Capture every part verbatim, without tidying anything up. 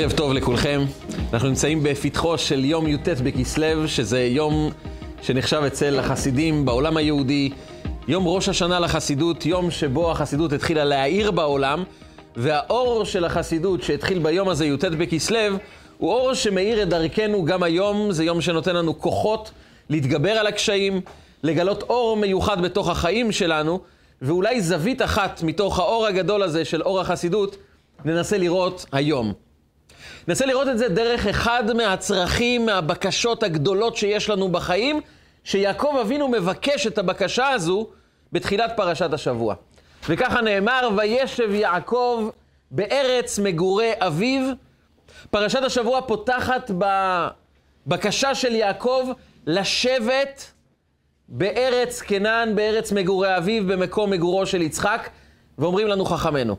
ערב טוב לכולכם. אנחנו נמצאים בפתחו של יום י"ט בכסלו, שזה יום שנחשב אצל החסידים בעולם היהודי, יום ראש השנה לחסידות, יום שבו החסידות התחילה להאיר בעולם, והאור של החסידות שהתחיל ביום הזה י"ט בכסלו, הוא אור שמאיר את דרכנו גם היום. זה יום שנותן לנו כוחות להתגבר על הקשיים, לגלות אור מיוחד בתוך החיים שלנו, ואולי זווית אחת מתוך האור הגדול הזה של אור החסידות ננסה לראות היום. ננסה לראות את זה דרך אחד מהצרכים, מהבקשות הגדולות שיש לנו בחיים, שיעקב אבינו מבקש את הבקשה הזו בתחילת פרשת השבוע. וככה נאמר, וישב יעקב בארץ מגורי אביו. פרשת השבוע פותחת בבקשה של יעקב לשבת בארץ כנען, בארץ מגורי אביו, במקום מגורו של יצחק, ואומרים לנו חכמנו,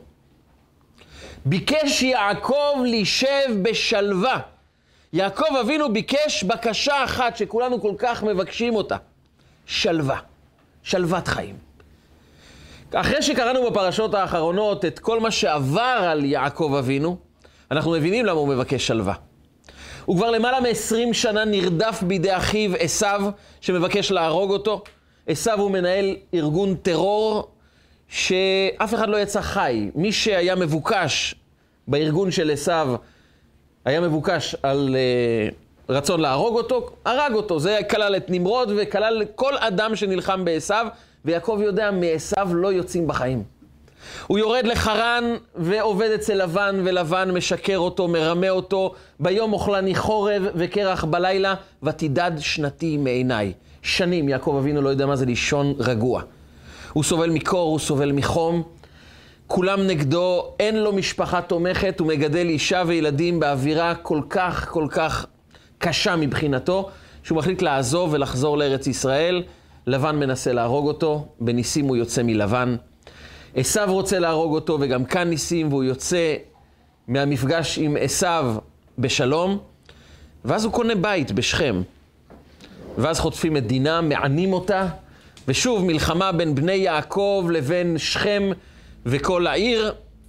ביקש יעקב להישב בשלווה. יעקב אבינו ביקש בקשה אחת שכולנו כל כך מבקשים אותה, שלווה, שלוות חיים. אחרי שקראנו בפרשות האחרונות את כל מה שעבר על יעקב אבינו, אנחנו מבינים למה הוא מבקש שלווה. הוא כבר למעלה מ-עשרים שנה נרדף בידי אחיו עשיו, שמבקש להרוג אותו. עשיו הוא מנהל ארגון טרור שאף אחד לא יצא חי. מי שהיה מבוקש בארגון של עשיו, היה מבוקש על uh, רצון להרוג אותו, הרג אותו. זה כלל את נמרוד וכלל כל אדם שנלחם בעשיו, ויעקב יודע, מעשיו לא יוצאים בחיים. הוא יורד לחרן ועובד אצל לבן, ולבן משקר אותו, מרמה אותו, ביום אוכלני חורב וקרח בלילה, ותדד שנתי מעיניי. שנים יעקב אבינו לא יודע מה זה לישון רגוע. הוא סובל מקור, הוא סובל מחום, כולם נגדו, אין לו משפחה תומכת, הוא מגדל אישה וילדים באווירה כל כך כל כך קשה מבחינתו, שהוא מחליט לעזוב ולחזור לארץ ישראל. לבן מנסה להרוג אותו, בניסים הוא יוצא מלבן. עשיו רוצה להרוג אותו, וגם כאן ניסים, והוא יוצא מהמפגש עם עשיו בשלום, ואז הוא קונה בית בשכם. ואז חוטפים את דינה, מענים אותה, ושוב מלחמה בין בני יעקב לבין שכם וכל העיר.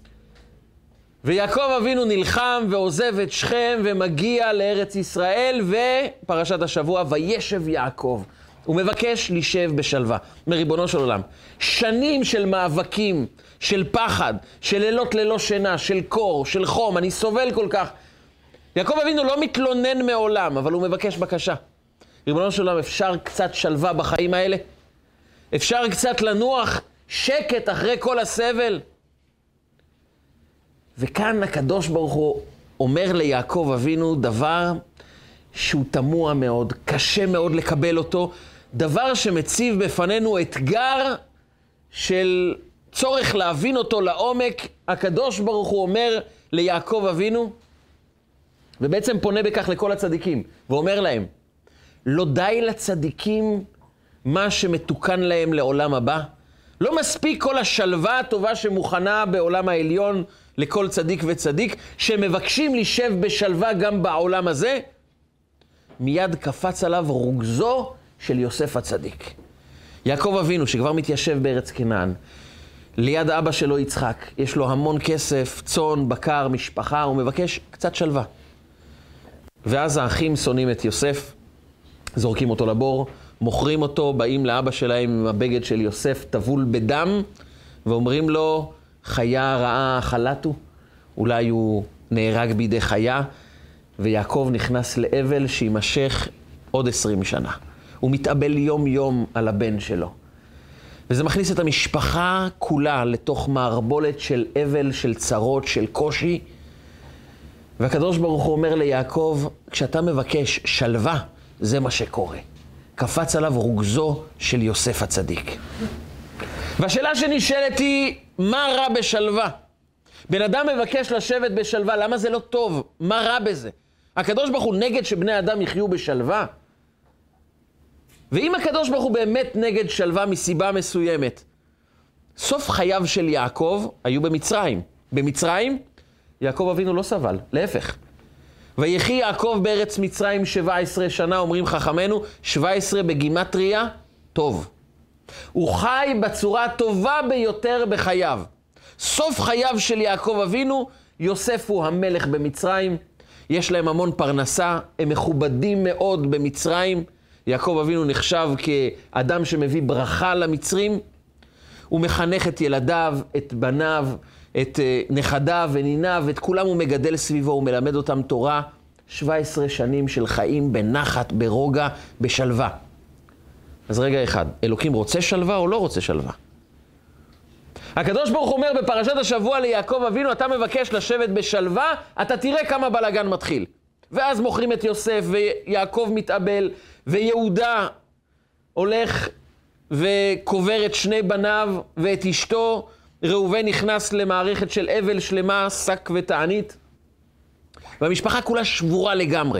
ויעקב אבינו נלחם ועוזב את שכם ומגיע לארץ ישראל, ופרשת השבוע, וישב יעקב. הוא מבקש להישב בשלווה. מריבונו של עולם, שנים של מאבקים, של פחד, של לילות ללא שינה, של קור, של חום, אני סובל כל כך. יעקב אבינו לא מתלונן מעולם, אבל הוא מבקש בקשה. ריבונו של עולם, אפשר קצת שלווה בחיים האלה? אפשר קצת לנוח שקט אחרי כל הסבל? וכאן הקדוש ברוך הוא אומר ליעקב אבינו דבר שהוא תמוה מאוד, קשה מאוד לקבל אותו, דבר שמציב בפנינו אתגר של צורך להבין אותו לעומק. הקדוש ברוך הוא אומר ליעקב אבינו, ובעצם פונה בכך לכל הצדיקים, ואומר להם, לא די לצדיקים מה שמתוקן להם לעולם הבא? לא מספיק כל השלווה הטובה שמוכנה בעולם העליון לכל צדיק וצדיק, שמבקשים להישב בשלווה גם בעולם הזה? מיד קפץ עליו רוגזו של יוסף הצדיק. יעקב אבינו שכבר מתיישב בארץ כנען, ליד אבא שלו יצחק, יש לו המון כסף, צאן, בקר, משפחה, הוא מבקש קצת שלווה. ואז האחים שונאים את יוסף, זורקים אותו לבור, מוכרים אותו, באים לאבא שלהם עם הבגד של יוסף טבול בדם, ואומרים לו, חיה רעה חלטו, אולי הוא נהרג בידי חיה, ויעקב נכנס לאבל שימשך עוד עשרים שנה. הוא מתאבל יום יום על הבן שלו. וזה מכניס את המשפחה כולה לתוך מערבולת של אבל, של צרות, של קושי. והקדוש ברוך הוא אומר ליעקב, כשאתה מבקש שלווה, זה מה שקורה. קפץ עליו רוגזו של יוסף הצדיק. והשאלה שנשאלת היא, מה רע בשלווה? בן אדם מבקש לשבת בשלווה, למה זה לא טוב? מה רע בזה? הקדוש ברוך הוא נגד שבני אדם יחיו בשלווה? ואם הקדוש ברוך הוא באמת נגד שלווה מסיבה מסוימת, סוף חייו של יעקב היו במצרים. במצרים יעקב אבינו לא סבל, להפך. ויחי יעקב בארץ מצרים שבע עשרה שנה, אומרים חכמנו, שבע עשרה בגימטריה, טוב. הוא חי בצורה הטובה ביותר בחייו. סוף חייו של יעקב אבינו יוסף הוא המלך במצרים, יש להם המון פרנסה, הם מכובדים מאוד במצרים. יעקב אבינו נחשב כאדם שמביא ברכה למצרים. הוא מחנך את ילדיו, את בניו, את נכדיו וניניו, את כולם הוא מגדל סביבו, הוא מלמד אותם תורה. שבע עשרה שנים של חיים בנחת, ברוגע, בשלווה. אז רגע אחד, אלוקים רוצה שלווה או לא רוצה שלווה? הקדוש ברוך אומר בפרשת השבוע ליעקב אבינו, אתה מבקש לשבת בשלווה, אתה תראה כמה בלגן מתחיל. ואז מוכרים את יוסף ויעקב מתאבל, ויהודה הולך וקובר את שני בניו ואת אשתו. ראובן נכנס למערכת של אבל שלמה, שק ותענית. והמשפחה כולה שבורה לגמרי.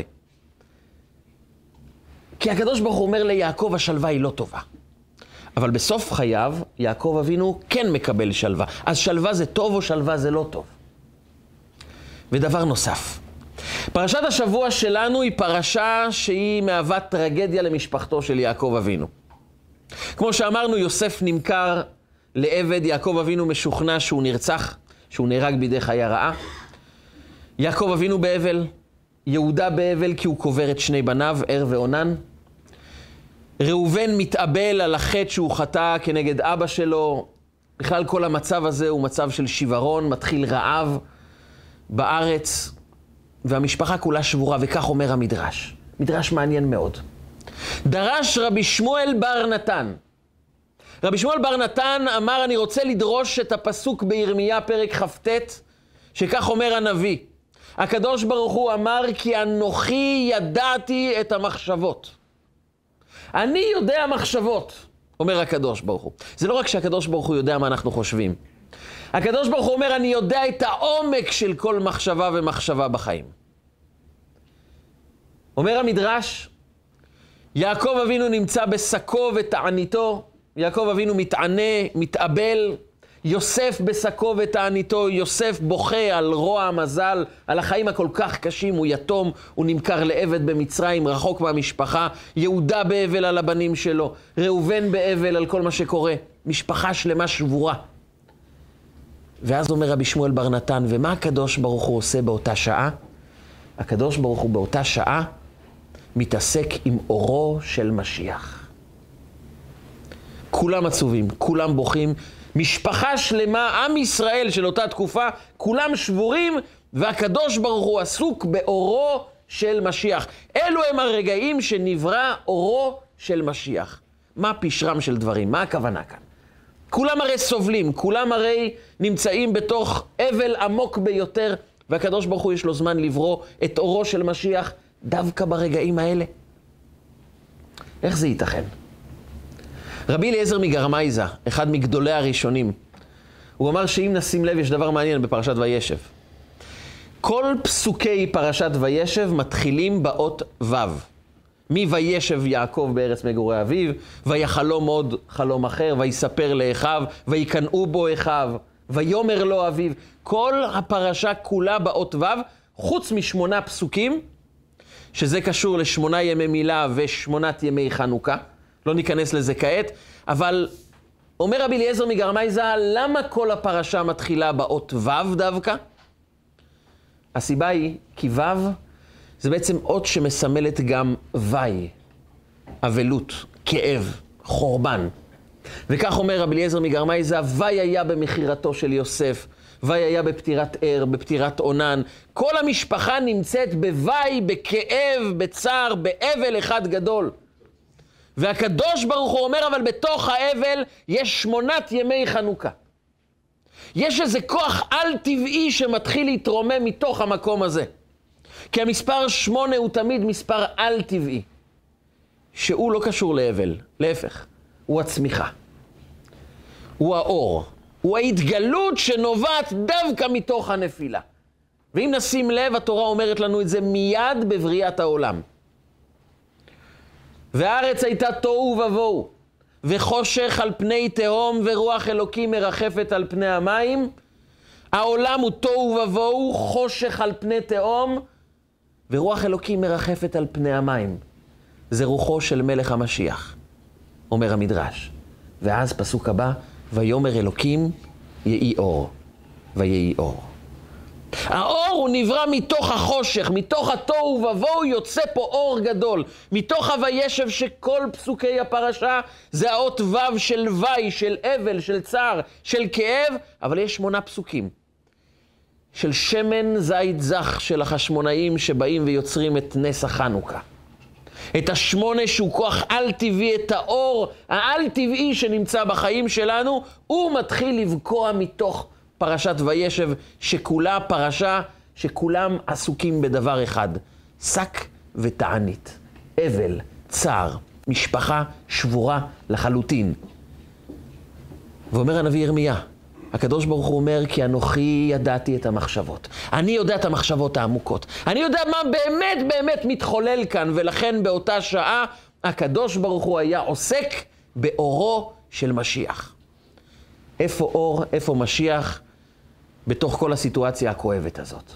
כי הקדוש ברוך הוא אומר ליעקב, השלווה היא לא טובה. אבל בסוף חייו, יעקב אבינו כן מקבל שלווה. אז שלווה זה טוב או שלווה זה לא טוב? ודבר נוסף, פרשת השבוע שלנו היא פרשה שהיא מהווה טרגדיה למשפחתו של יעקב אבינו. כמו שאמרנו, יוסף נמכר לעבד, יעקב אבינו משוכנע שהוא נרצח, שהוא נהרג בידי חיה רעה. יעקב אבינו באבל, יהודה באבל כי הוא קובר את שני בניו, ער ועונן. ראובן מתאבל על החטא שהוא חטא כנגד אבא שלו. בכלל כל המצב הזה הוא מצב של שברון, מתחיל רעב בארץ, והמשפחה כולה שבורה, וכך אומר המדרש. מדרש מעניין מאוד. דרש רבי שמואל בר נתן. רבי שמואל בר נתן אמר, אני רוצה לדרוש את הפסוק בירמיה פרק כ"ט, שכך אומר הנביא. הקדוש ברוך הוא אמר, כי אנוכי ידעתי את המחשבות. אני יודע מחשבות, אומר הקדוש ברוך הוא. זה לא רק שהקדוש ברוך הוא יודע מה אנחנו חושבים. הקדוש ברוך הוא אומר, אני יודע את העומק של כל מחשבה ומחשבה בחיים. אומר המדרש, יעקב אבינו נמצא בשקו ותעניתו, יעקב אבינו מתענה, מתאבל, יוסף בשקו ותעניתו, יוסף בוכה על רוע המזל, על החיים הכל כך קשים, הוא יתום, הוא נמכר לעבד במצרים, רחוק מהמשפחה, יהודה באבל על הבנים שלו, ראובן באבל על כל מה שקורה, משפחה שלמה שבורה. ואז אומר רבי שמואל בר נתן, ומה הקדוש ברוך הוא עושה באותה שעה? הקדוש ברוך הוא באותה שעה מתעסק עם אורו של משיח. כולם עצובים, כולם בוכים, משפחה שלמה, עם ישראל של אותה תקופה, כולם שבורים, והקדוש ברוך הוא עסוק באורו של משיח. אלו הם הרגעים שנברא אורו של משיח. מה פשרם של דברים? מה הכוונה כאן? כולם הרי סובלים, כולם הרי נמצאים בתוך אבל עמוק ביותר, והקדוש ברוך הוא יש לו זמן לברוא את אורו של משיח דווקא ברגעים האלה. איך זה ייתכן? רבי אליעזר מגרמייזה, אחד מגדולי הראשונים, הוא אמר שאם נשים לב, יש דבר מעניין בפרשת וישב. כל פסוקי פרשת וישב מתחילים באות ו'. מי וישב יעקב בארץ מגורי אביו, ויחלום עוד חלום אחר, ויספר לאחיו, ויקנאו בו אחיו, ויאמר לו אביו. כל הפרשה כולה באות ו', חוץ משמונה פסוקים, שזה קשור לשמונה ימי מילה ושמונת ימי חנוכה. לא ניכנס לזה כעת, אבל אומר רבי אליעזר מגרמייזה, למה כל הפרשה מתחילה באות ו' דווקא? הסיבה היא, כי ו' זה בעצם אות שמסמלת גם וי, אבלות, כאב, חורבן. וכך אומר רבי אליעזר מגרמייזה, וי היה במכירתו של יוסף, וי היה בפטירת ער, בפטירת עונן. כל המשפחה נמצאת בווי, בכאב, בצער, באבל אחד גדול. והקדוש ברוך הוא אומר, אבל בתוך האבל יש שמונת ימי חנוכה. יש איזה כוח על-טבעי שמתחיל להתרומם מתוך המקום הזה. כי המספר שמונה הוא תמיד מספר על-טבעי, שהוא לא קשור לאבל, להפך, הוא הצמיחה. הוא האור, הוא ההתגלות שנובעת דווקא מתוך הנפילה. ואם נשים לב, התורה אומרת לנו את זה מיד בבריאת העולם. והארץ הייתה תוהו ובוהו, וחושך על פני תהום, ורוח אלוקים מרחפת על פני המים. העולם הוא תוהו ובוהו, חושך על פני תהום, ורוח אלוקים מרחפת על פני המים. זה רוחו של מלך המשיח, אומר המדרש. ואז פסוק הבא, ויאמר אלוקים יהי אור, ויהי אור. האור הוא נברא מתוך החושך, מתוך התוהו ובוהו יוצא פה אור גדול. מתוך הוישב שכל פסוקי הפרשה זה האות ו' של וי, של אבל, של צער, של כאב, אבל יש שמונה פסוקים. של שמן זית זך של החשמונאים שבאים ויוצרים את נס החנוכה. את השמונה שהוא כוח על-טבעי, את האור העל-טבעי שנמצא בחיים שלנו, הוא מתחיל לבקוע מתוך פרשת וישב, שכולה פרשה, שכולם עסוקים בדבר אחד, שק ותענית, אבל, צער, משפחה שבורה לחלוטין. ואומר הנביא ירמיה, הקדוש ברוך הוא אומר, כי אנוכי ידעתי את המחשבות. אני יודע את המחשבות העמוקות. אני יודע מה באמת באמת מתחולל כאן, ולכן באותה שעה הקדוש ברוך הוא היה עוסק באורו של משיח. איפה אור, איפה משיח, בתוך כל הסיטואציה הכואבת הזאת.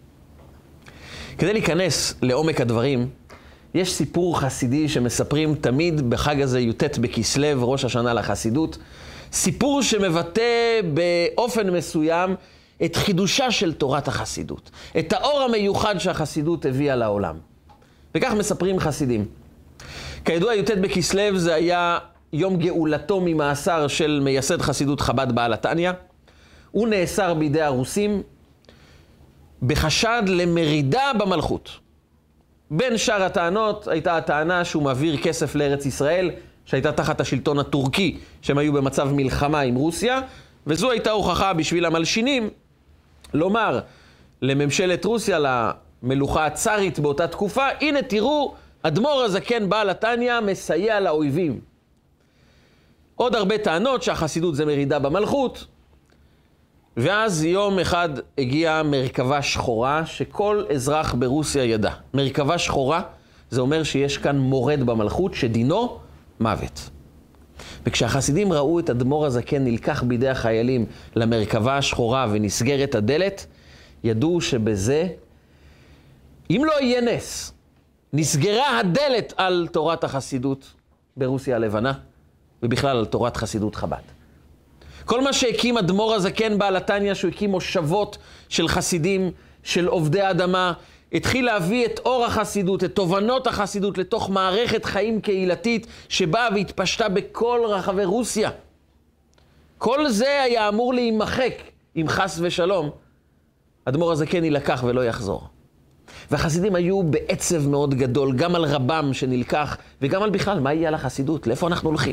כדי להיכנס לעומק הדברים, יש סיפור חסידי שמספרים תמיד בחג הזה י"ט בכסלו, ראש השנה לחסידות, סיפור שמבטא באופן מסוים את חידושה של תורת החסידות, את האור המיוחד שהחסידות הביאה לעולם. וכך מספרים חסידים. כידוע, י"ט בכסלו זה היה יום גאולתו ממאסר של מייסד חסידות חב"ד בעל התניא. הוא נאסר בידי הרוסים בחשד למרידה במלכות. בין שאר הטענות הייתה הטענה שהוא מעביר כסף לארץ ישראל, שהייתה תחת השלטון הטורקי, שהם היו במצב מלחמה עם רוסיה, וזו הייתה הוכחה בשביל המלשינים לומר לממשלת רוסיה, למלוכה הצארית באותה תקופה, הנה תראו, אדמו"ר הזקן בעל התניא מסייע לאויבים. עוד הרבה טענות שהחסידות זה מרידה במלכות, ואז יום אחד הגיעה מרכבה שחורה שכל אזרח ברוסיה ידע. מרכבה שחורה זה אומר שיש כאן מורד במלכות שדינו מוות. וכשהחסידים ראו את אדמו"ר הזקן נלקח בידי החיילים למרכבה השחורה ונסגרת הדלת, ידעו שבזה, אם לא יהיה נס, נסגרה הדלת על תורת החסידות ברוסיה הלבנה, ובכלל על תורת חסידות חב"ד. כל מה שהקים אדמו"ר הזקן בעל התניא, שהוא הקים מושבות של חסידים, של עובדי אדמה, התחיל להביא את אור החסידות, את תובנות החסידות, לתוך מערכת חיים קהילתית שבאה והתפשטה בכל רחבי רוסיה. כל זה היה אמור להימחק, אם חס ושלום, אדמו"ר הזקן ילקח ולא יחזור. והחסידים היו בעצב מאוד גדול, גם על רבם שנלקח, וגם על בכלל, מה יהיה על החסידות? לאיפה אנחנו הולכים?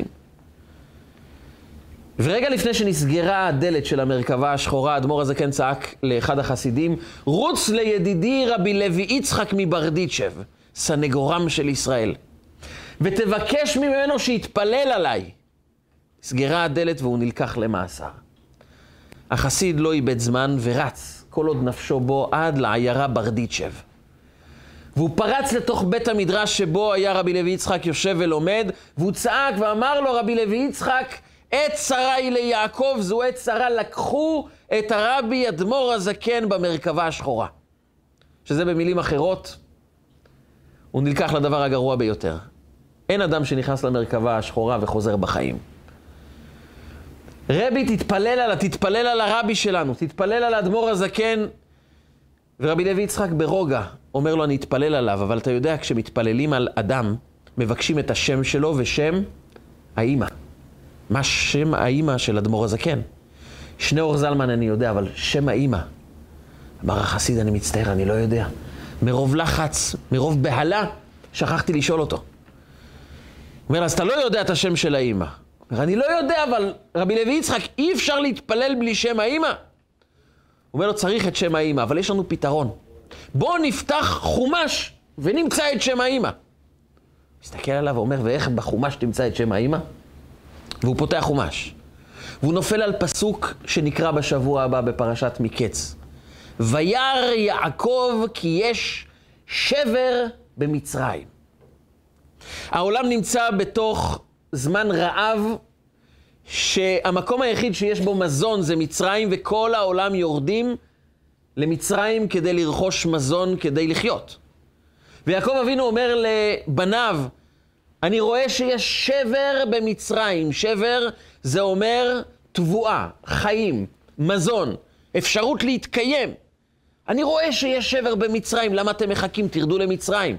ורגע לפני שנסגרה הדלת של המרכבה השחורה, אדמו"ר הזקן צעק לאחד החסידים, רוץ לידידי רבי לוי יצחק מברדיצ'ב, סנגורם של ישראל, ותבקש ממנו שיתפלל עליי. סגרה הדלת והוא נלקח למאסר. החסיד לא איבד זמן ורץ, כל עוד נפשו בו, עד לעיירה ברדיצ'ב. והוא פרץ לתוך בית המדרש שבו היה רבי לוי יצחק יושב ולומד, והוא צעק ואמר לו, רבי לוי יצחק, עת צרה היא ליעקב, זו עת צרה, לקחו את הרבי אדמו"ר הזקן במרכבה השחורה. שזה במילים אחרות, הוא נלקח לדבר הגרוע ביותר. אין אדם שנכנס למרכבה השחורה וחוזר בחיים. רבי, תתפלל על, תתפלל על הרבי שלנו, תתפלל על אדמו"ר הזקן. ורבי לוי יצחק ברוגע אומר לו, אני אתפלל עליו, אבל אתה יודע, כשמתפללים על אדם, מבקשים את השם שלו ושם האמא. מה שם האמא של אדמו"ר הזקן? שניאור זלמן אני יודע, אבל שם האמא. אמר החסיד, אני מצטער, אני לא יודע. מרוב לחץ, מרוב בהלה, שכחתי לשאול אותו. הוא אומר, אז אתה לא יודע את השם של האמא. אומר, אני לא יודע, אבל רבי לוי יצחק, אי אפשר להתפלל בלי שם האמא. הוא אומר לו, צריך את שם האמא, אבל יש לנו פתרון. בואו נפתח חומש ונמצא את שם האמא. מסתכל עליו ואומר, ואיך בחומש תמצא את שם האמא? והוא פותח חומש. והוא נופל על פסוק שנקרא בשבוע הבא בפרשת מקץ. וירא יעקב כי יש שבר במצרים. העולם נמצא בתוך זמן רעב, שהמקום היחיד שיש בו מזון זה מצרים, וכל העולם יורדים למצרים כדי לרכוש מזון, כדי לחיות. ויעקב אבינו אומר לבניו, אני רואה שיש שבר במצרים. שבר זה אומר תבואה, חיים, מזון, אפשרות להתקיים. אני רואה שיש שבר במצרים, למה אתם מחכים? תרדו למצרים.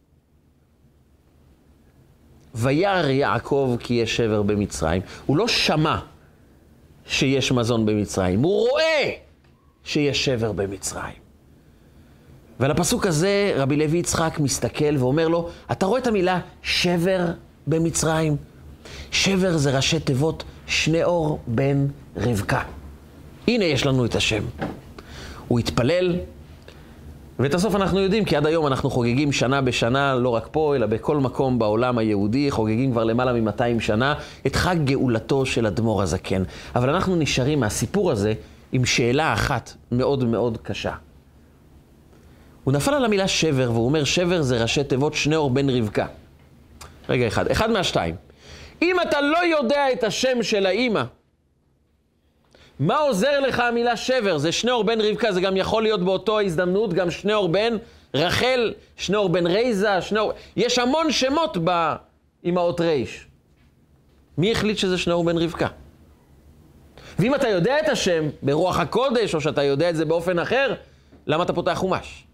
וירא יעקב כי יש שבר במצרים. הוא לא שמע שיש מזון במצרים, הוא רואה שיש שבר במצרים. ועל הפסוק הזה רבי לוי יצחק מסתכל ואומר לו, אתה רואה את המילה שבר במצרים? שבר זה ראשי תיבות שני אור בן רבקה. הנה יש לנו את השם. הוא התפלל, ואת הסוף אנחנו יודעים, כי עד היום אנחנו חוגגים שנה בשנה, לא רק פה, אלא בכל מקום בעולם היהודי, חוגגים כבר למעלה מ-מאתיים שנה, את חג גאולתו של אדמו"ר הזקן. אבל אנחנו נשארים מהסיפור הזה עם שאלה אחת מאוד מאוד קשה. הוא נפל על המילה שבר, והוא אומר, שבר זה ראשי תיבות שני אור בן רבקה. רגע אחד, אחד מהשתיים. אם אתה לא יודע את השם של האמא, מה עוזר לך המילה שבר? זה שני אור בן רבקה, זה גם יכול להיות באותו ההזדמנות, גם שני אור בן רחל, שני אור בן רייזה, שני אור... יש המון שמות באמהות ריש. מי החליט שזה שני אור בן רבקה? ואם אתה יודע את השם ברוח הקודש, או שאתה יודע את זה באופן אחר, למה אתה פותח חומש?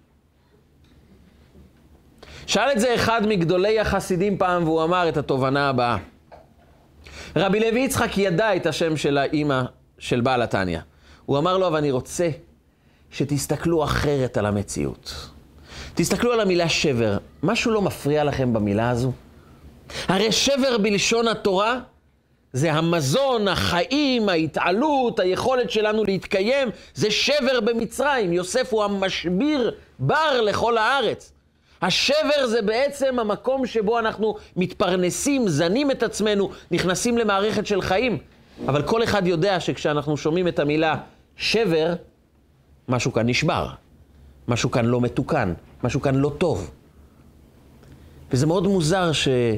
שאל את זה אחד מגדולי החסידים פעם, והוא אמר את התובנה הבאה. רבי לוי יצחק ידע את השם של האמא של בעל התניא. הוא אמר לו, אבל אני רוצה שתסתכלו אחרת על המציאות. תסתכלו על המילה שבר. משהו לא מפריע לכם במילה הזו? הרי שבר בלשון התורה זה המזון, החיים, ההתעלות, היכולת שלנו להתקיים. זה שבר במצרים. יוסף הוא המשביר בר לכל הארץ. השבר זה בעצם המקום שבו אנחנו מתפרנסים, זנים את עצמנו, נכנסים למערכת של חיים. אבל כל אחד יודע שכשאנחנו שומעים את המילה שבר, משהו כאן נשבר, משהו כאן לא מתוקן, משהו כאן לא טוב. וזה מאוד מוזר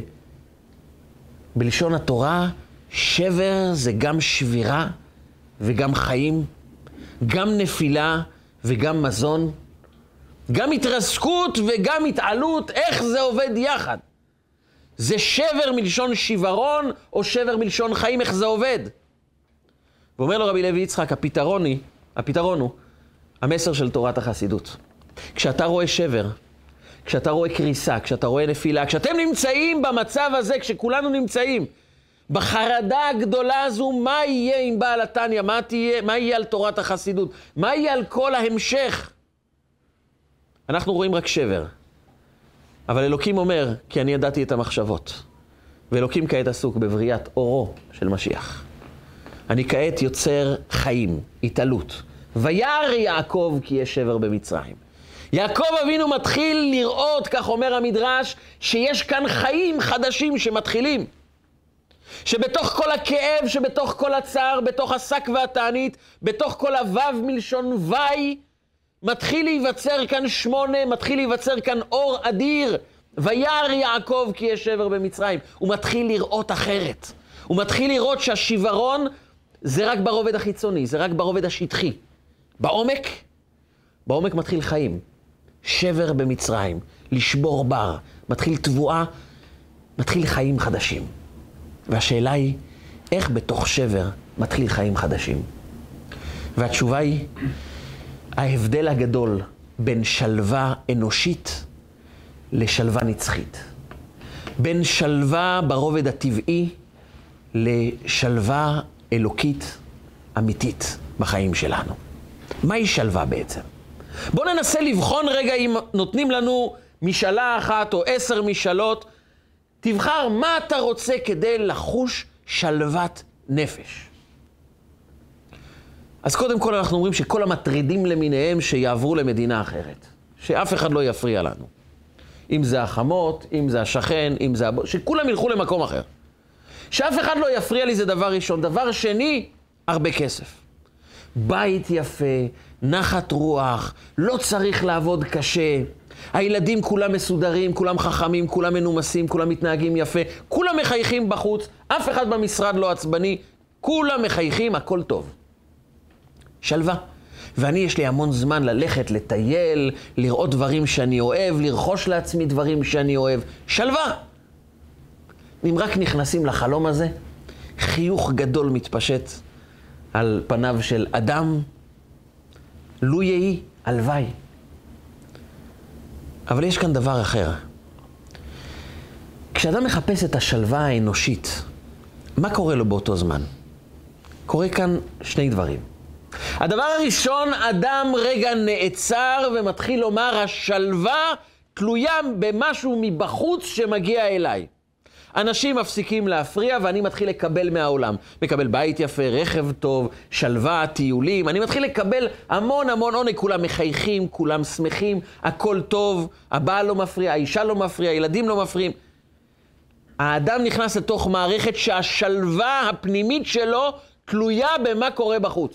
שבלשון התורה, שבר זה גם שבירה וגם חיים, גם נפילה וגם מזון, גם התרסקות וגם התעלות, איך זה עובד יחד? זה שבר מלשון שברון או שבר מלשון חיים, איך זה עובד? ואומר לו רבי לוי יצחק, הפתרון, היא, הפתרון הוא המסר של תורת החסידות. כשאתה רואה שבר, כשאתה רואה קריסה, כשאתה רואה נפילה, כשאתם נמצאים במצב הזה, כשכולנו נמצאים בחרדה הגדולה הזו, מה יהיה עם בעל התניא? מה תהיה, מה יהיה על תורת החסידות? מה יהיה על כל ההמשך? אנחנו רואים רק שבר. אבל אלוקים אומר, כי אני ידעתי את המחשבות. ואלוקים כעת עסוק בבריאת אורו של משיח. אני כעת יוצר חיים, התעלות. וירא יעקב כי יש שבר במצרים. יעקב אבינו מתחיל לראות, כך אומר המדרש, שיש כאן חיים חדשים שמתחילים. שבתוך כל הכאב, שבתוך כל הצער, בתוך השק והתענית, בתוך כל הוו מלשון וי, מתחיל להיווצר כאן שמונה, מתחיל להיווצר כאן אור אדיר. וירא יעקב כי יש שבר במצרים. הוא מתחיל לראות אחרת. הוא מתחיל לראות שהשברון זה רק ברובד החיצוני, זה רק ברובד השטחי. בעומק, בעומק מתחיל חיים. שבר במצרים, לשבור בר, מתחיל תבואה, מתחיל חיים חדשים. והשאלה היא, איך בתוך שבר מתחיל חיים חדשים? והתשובה היא, ההבדל הגדול בין שלווה אנושית לשלווה נצחית. בין שלווה ברובד הטבעי לשלווה אלוקית אמיתית בחיים שלנו. מהי שלווה בעצם? בואו ננסה לבחון רגע אם נותנים לנו משאלה אחת או עשר משאלות. תבחר מה אתה רוצה כדי לחוש שלוות נפש. אז קודם כל אנחנו אומרים שכל המטרידים למיניהם שיעברו למדינה אחרת. שאף אחד לא יפריע לנו. אם זה החמות, אם זה השכן, אם זה הבו... שכולם ילכו למקום אחר. שאף אחד לא יפריע לי זה דבר ראשון. דבר שני, הרבה כסף. בית יפה, נחת רוח, לא צריך לעבוד קשה. הילדים כולם מסודרים, כולם חכמים, כולם מנומסים, כולם מתנהגים יפה. כולם מחייכים בחוץ, אף אחד במשרד לא עצבני. כולם מחייכים, הכל טוב. שלווה. ואני יש לי המון זמן ללכת, לטייל, לראות דברים שאני אוהב, לרכוש לעצמי דברים שאני אוהב. שלווה. אם רק נכנסים לחלום הזה, חיוך גדול מתפשט על פניו של אדם, לו יהי הלוואי. אבל יש כאן דבר אחר. כשאדם מחפש את השלווה האנושית, מה קורה לו באותו זמן? קורה כאן שני דברים. הדבר הראשון, אדם רגע נעצר ומתחיל לומר, השלווה תלויה במשהו מבחוץ שמגיע אליי. אנשים מפסיקים להפריע ואני מתחיל לקבל מהעולם. מקבל בית יפה, רכב טוב, שלווה, טיולים. אני מתחיל לקבל המון המון עונג. כולם מחייכים, כולם שמחים, הכל טוב, הבעל לא מפריע, האישה לא מפריע, הילדים לא מפריעים. האדם נכנס לתוך מערכת שהשלווה הפנימית שלו תלויה במה קורה בחוץ.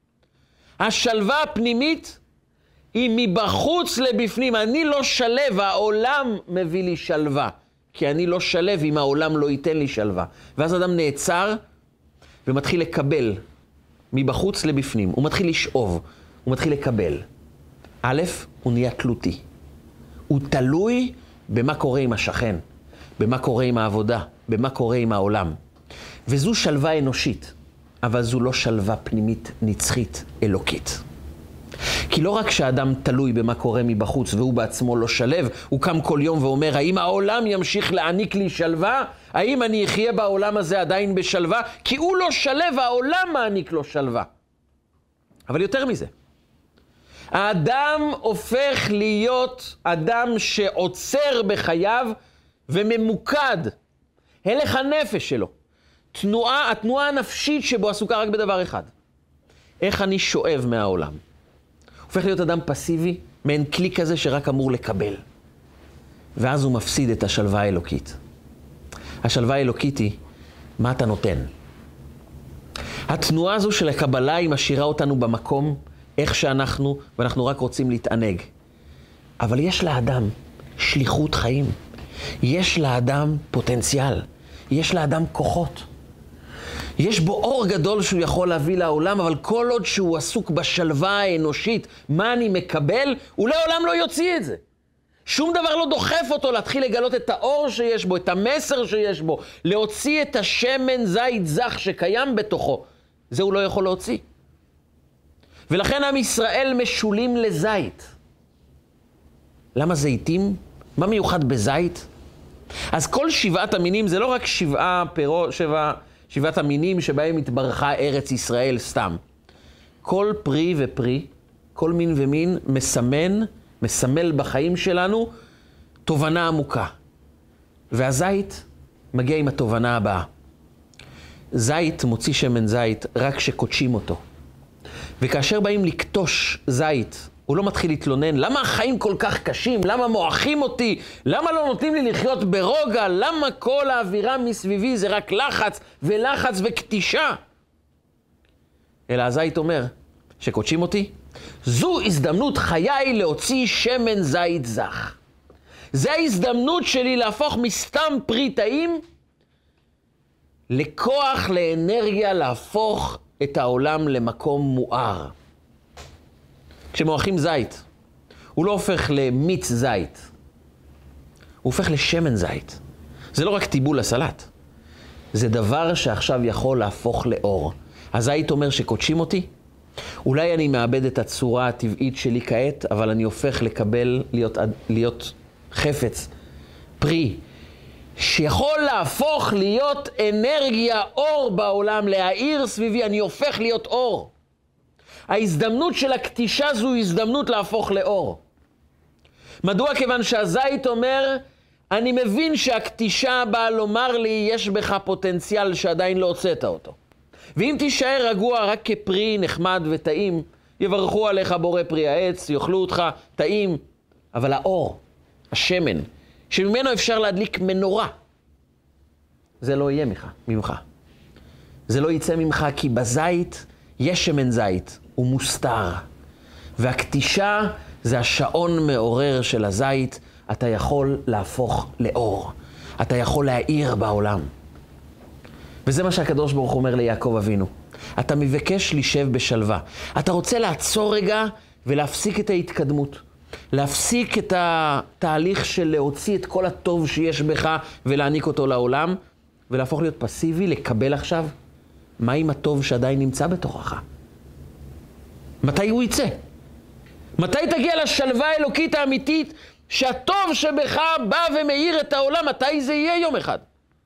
השלווה הפנימית היא מבחוץ לבפנים. אני לא שלב, העולם מביא לי שלווה. כי אני לא שלב אם העולם לא ייתן לי שלווה. ואז אדם נעצר ומתחיל לקבל מבחוץ לבפנים. הוא מתחיל לשאוב, הוא מתחיל לקבל. א', הוא נהיה תלותי. הוא תלוי במה קורה עם השכן, במה קורה עם העבודה, במה קורה עם העולם. וזו שלווה אנושית, אבל זו לא שלווה פנימית נצחית אלוקית. כי לא רק שהאדם תלוי במה קורה מבחוץ והוא בעצמו לא שלב, הוא קם כל יום ואומר, האם העולם ימשיך להעניק לי שלווה? האם אני אחיה בעולם הזה עדיין בשלווה? כי הוא לא שלב, העולם מעניק לו שלווה. אבל יותר מזה, האדם הופך להיות אדם שעוצר בחייו וממוקד. הלך הנפש שלו. תנועה, התנועה הנפשית שבו עסוקה רק בדבר אחד. איך אני שואב מהעולם? הופך להיות אדם פסיבי, מעין כלי כזה שרק אמור לקבל. ואז הוא מפסיד את השלווה האלוקית. השלווה האלוקית היא, מה אתה נותן? התנועה הזו של הקבלה היא משאירה אותנו במקום, איך שאנחנו, ואנחנו רק רוצים להתענג. אבל יש לאדם שליחות חיים. יש לאדם פוטנציאל. יש לאדם כוחות. יש בו אור גדול שהוא יכול להביא לעולם, אבל כל עוד שהוא עסוק בשלווה האנושית, מה אני מקבל, הוא לעולם לא יוציא את זה. שום דבר לא דוחף אותו להתחיל לגלות את האור שיש בו, את המסר שיש בו, להוציא את השמן זית זך שקיים בתוכו. זה הוא לא יכול להוציא. ולכן עם ישראל משולים לזית. למה זיתים? מה מיוחד בזית? אז כל שבעת המינים זה לא רק שבעה פירות, שבעה, שבעת המינים שבהם התברכה ארץ ישראל סתם. כל פרי ופרי, כל מין ומין מסמן, מסמל בחיים שלנו תובנה עמוקה. והזית מגיע עם התובנה הבאה. זית מוציא שמן זית רק שקודשים אותו. וכאשר באים לקטוש זית, הוא לא מתחיל להתלונן, למה החיים כל כך קשים? למה מועכים אותי? למה לא נותנים לי לחיות ברוגע? למה כל האווירה מסביבי זה רק לחץ ולחץ וקטישה? אלא הזית אומר, שקודשים אותי, זו הזדמנות חיי להוציא שמן זית זך. זה ההזדמנות שלי להפוך מסתם פרי טעים לכוח, לאנרגיה, להפוך את העולם למקום מואר. כשמועכים זית, הוא לא הופך למיץ זית, הוא הופך לשמן זית. זה לא רק טיבול הסלט, זה דבר שעכשיו יכול להפוך לאור. הזית אומר שקודשים אותי, אולי אני מאבד את הצורה הטבעית שלי כעת, אבל אני הופך לקבל, להיות, להיות חפץ, פרי, שיכול להפוך להיות אנרגיה, אור בעולם, להאיר סביבי, אני הופך להיות אור. ההזדמנות של הקטישה זו הזדמנות להפוך לאור. מדוע? כיוון שהזית אומר, אני מבין שהקטישה באה לומר לי, יש בך פוטנציאל שעדיין לא הוצאת אותו. ואם תישאר רגוע רק כפרי נחמד וטעים, יברכו עליך בורא פרי העץ, יאכלו אותך טעים. אבל האור, השמן, שממנו אפשר להדליק מנורה, זה לא יהיה ממך, ממך. זה לא יצא ממך, כי בזית יש שמן זית, הוא מוסתר. והקטישה זה השעון מעורר של הזית, אתה יכול להפוך לאור. אתה יכול להאיר בעולם. וזה מה שהקדוש ברוך הוא אומר ליעקב אבינו. אתה מבקש להישב בשלווה. אתה רוצה לעצור רגע ולהפסיק את ההתקדמות. להפסיק את התהליך של להוציא את כל הטוב שיש בך ולהעניק אותו לעולם, ולהפוך להיות פסיבי, לקבל עכשיו. מה עם הטוב שעדיין נמצא בתוכך? מתי הוא יצא? מתי תגיע לשלווה האלוקית האמיתית, שהטוב שבך בא ומאיר את העולם? מתי זה יהיה? יום אחד.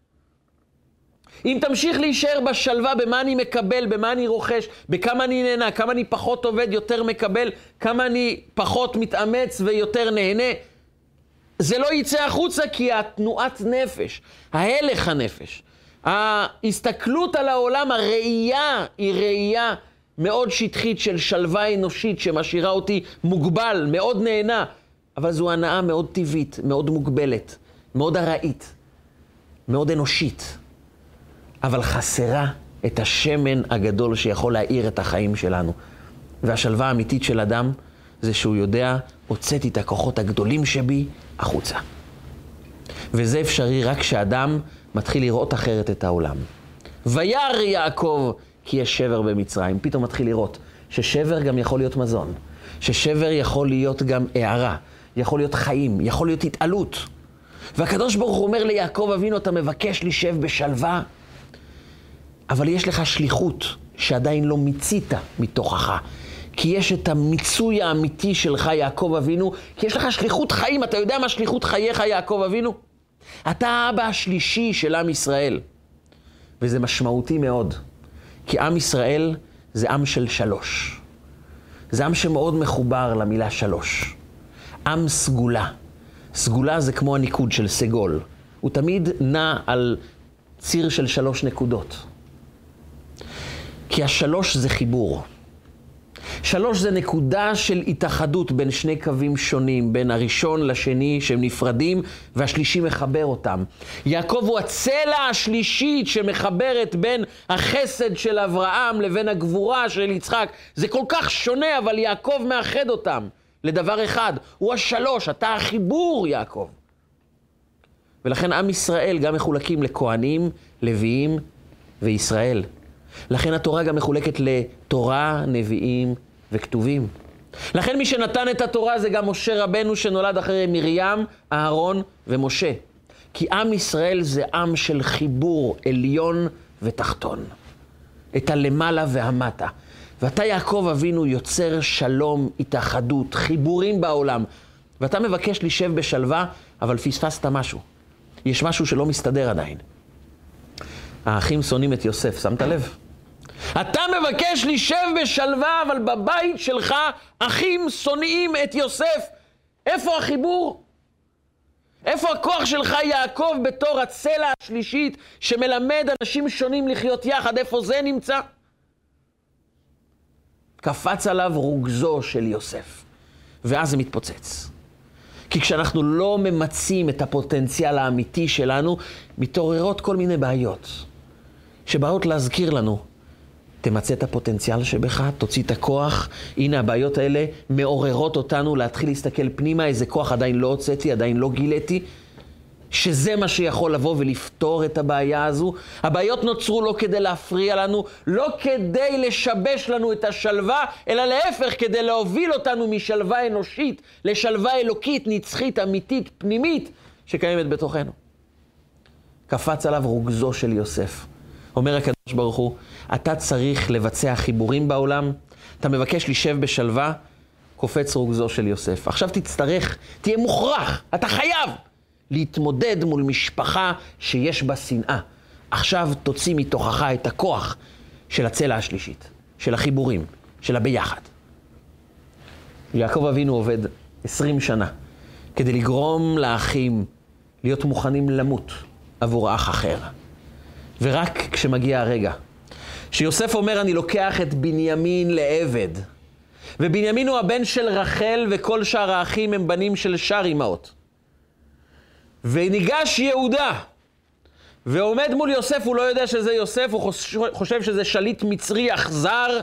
אם תמשיך להישאר בשלווה, במה אני מקבל, במה אני רוכש, בכמה אני נהנה, כמה אני פחות עובד, יותר מקבל, כמה אני פחות מתאמץ ויותר נהנה, זה לא יצא החוצה, כי התנועת נפש, ההלך הנפש, ההסתכלות על העולם, הראייה היא ראייה מאוד שטחית של שלווה אנושית שמשאירה אותי מוגבל, מאוד נהנה, אבל זו הנאה מאוד טבעית, מאוד מוגבלת, מאוד ארעית, מאוד אנושית, אבל חסרה את השמן הגדול שיכול להאיר את החיים שלנו. והשלווה האמיתית של אדם זה שהוא יודע, הוצאתי את הכוחות הגדולים שבי החוצה. וזה אפשרי רק כשאדם מתחיל לראות אחרת את העולם. וירא יעקב כי יש שבר במצרים. פתאום מתחיל לראות ששבר גם יכול להיות מזון. ששבר יכול להיות גם הערה. יכול להיות חיים. יכול להיות התעלות. והקדוש ברוך הוא אומר ליעקב אבינו, אתה מבקש לשב בשלווה, אבל יש לך שליחות שעדיין לא מיצית מתוכך. כי יש את המיצוי האמיתי שלך, יעקב אבינו, כי יש לך שליחות חיים. אתה יודע מה שליחות חייך, יעקב אבינו? אתה האבא השלישי של עם ישראל. וזה משמעותי מאוד. כי עם ישראל זה עם של שלוש. זה עם שמאוד מחובר למילה שלוש. עם סגולה. סגולה זה כמו הניקוד של סגול. הוא תמיד נע על ציר של שלוש נקודות. כי השלוש זה חיבור. שלוש זה נקודה של התאחדות בין שני קווים שונים, בין הראשון לשני שהם נפרדים, והשלישי מחבר אותם. יעקב הוא הצלע השלישית שמחברת בין החסד של אברהם לבין הגבורה של יצחק. זה כל כך שונה, אבל יעקב מאחד אותם לדבר אחד. הוא השלוש, אתה החיבור, יעקב. ולכן עם ישראל גם מחולקים לכהנים, לוויים וישראל. לכן התורה גם מחולקת לתורה, נביאים וכתובים. לכן מי שנתן את התורה זה גם משה רבנו שנולד אחרי מרים, אהרון ומשה. כי עם ישראל זה עם של חיבור עליון ותחתון. את הלמעלה והמטה. ואתה יעקב אבינו יוצר שלום, התאחדות, חיבורים בעולם. ואתה מבקש לשב בשלווה, אבל פספסת משהו. יש משהו שלא מסתדר עדיין. האחים שונאים את יוסף, שמת לב? אתה מבקש לשב בשלווה, אבל בבית שלך אחים שונאים את יוסף. איפה החיבור? איפה הכוח שלך, יעקב, בתור הצלע השלישית שמלמד אנשים שונים לחיות יחד? איפה זה נמצא? קפץ עליו רוגזו של יוסף, ואז זה מתפוצץ. כי כשאנחנו לא ממצים את הפוטנציאל האמיתי שלנו, מתעוררות כל מיני בעיות, שבאות להזכיר לנו, תמצא את הפוטנציאל שבך, תוציא את הכוח. הנה הבעיות האלה מעוררות אותנו להתחיל להסתכל פנימה, איזה כוח עדיין לא הוצאתי, עדיין לא גיליתי, שזה מה שיכול לבוא ולפתור את הבעיה הזו. הבעיות נוצרו לא כדי להפריע לנו, לא כדי לשבש לנו את השלווה, אלא להפך, כדי להוביל אותנו משלווה אנושית לשלווה אלוקית, נצחית, אמיתית, פנימית, שקיימת בתוכנו. קפץ עליו רוגזו של יוסף. אומר הקדוש ברוך הוא, אתה צריך לבצע חיבורים בעולם, אתה מבקש לשב בשלווה, קופץ רוגזו של יוסף. עכשיו תצטרך, תהיה מוכרח, אתה חייב להתמודד מול משפחה שיש בה שנאה. עכשיו תוציא מתוכך את הכוח של הצלע השלישית, של החיבורים, של הביחד. יעקב אבינו עובד עשרים שנה כדי לגרום לאחים להיות מוכנים למות עבור אח אחר. ורק כשמגיע הרגע שיוסף אומר, אני לוקח את בנימין לעבד, ובנימין הוא הבן של רחל, וכל שאר האחים הם בנים של שאר אמהות, וניגש יהודה ועומד מול יוסף, הוא לא יודע שזה יוסף, הוא חושב שזה שליט מצרי אכזר,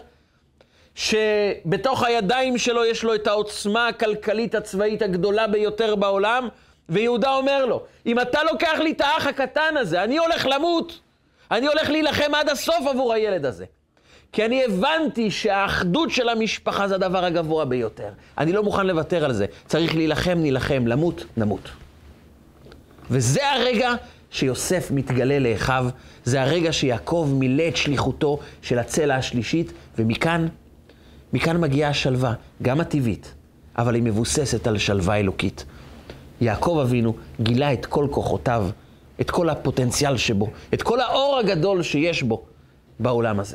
שבתוך הידיים שלו יש לו את העוצמה הכלכלית הצבאית הגדולה ביותר בעולם, ויהודה אומר לו, אם אתה לוקח לי את האח הקטן הזה, אני הולך למות, אני הולך להילחם עד הסוף עבור הילד הזה. כי אני הבנתי שהאחדות של המשפחה זה הדבר הגבוה ביותר. אני לא מוכן לוותר על זה. צריך להילחם, נילחם, למות, נמות. וזה הרגע שיוסף מתגלה לאחיו, זה הרגע שיעקב מילא את שליחותו של הצלע השלישית, ומכאן, מכאן מגיעה השלווה, גם הטבעית, אבל היא מבוססת על שלווה אלוקית. יעקב אבינו גילה את כל כוחותיו, את כל הפוטנציאל שבו, את כל האור הגדול שיש בו בעולם הזה.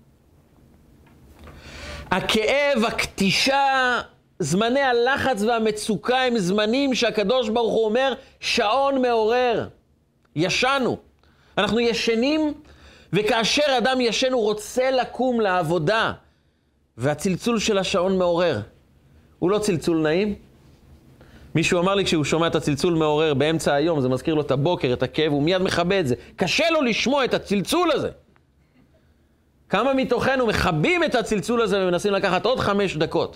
הכאב, הקטישה, זמני הלחץ והמצוקה הם זמנים שהקדוש ברוך הוא אומר, שעון מעורר. ישנו. אנחנו ישנים, וכאשר אדם ישן הוא רוצה לקום לעבודה, והצלצול של השעון מעורר. הוא לא צלצול נעים? מישהו אמר לי כשהוא שומע את הצלצול מעורר באמצע היום, זה מזכיר לו את הבוקר, את הכאב, הוא מיד מכבה את זה. קשה לו לשמוע את הצלצול הזה. כמה מתוכנו מכבים את הצלצול הזה ומנסים לקחת עוד חמש דקות.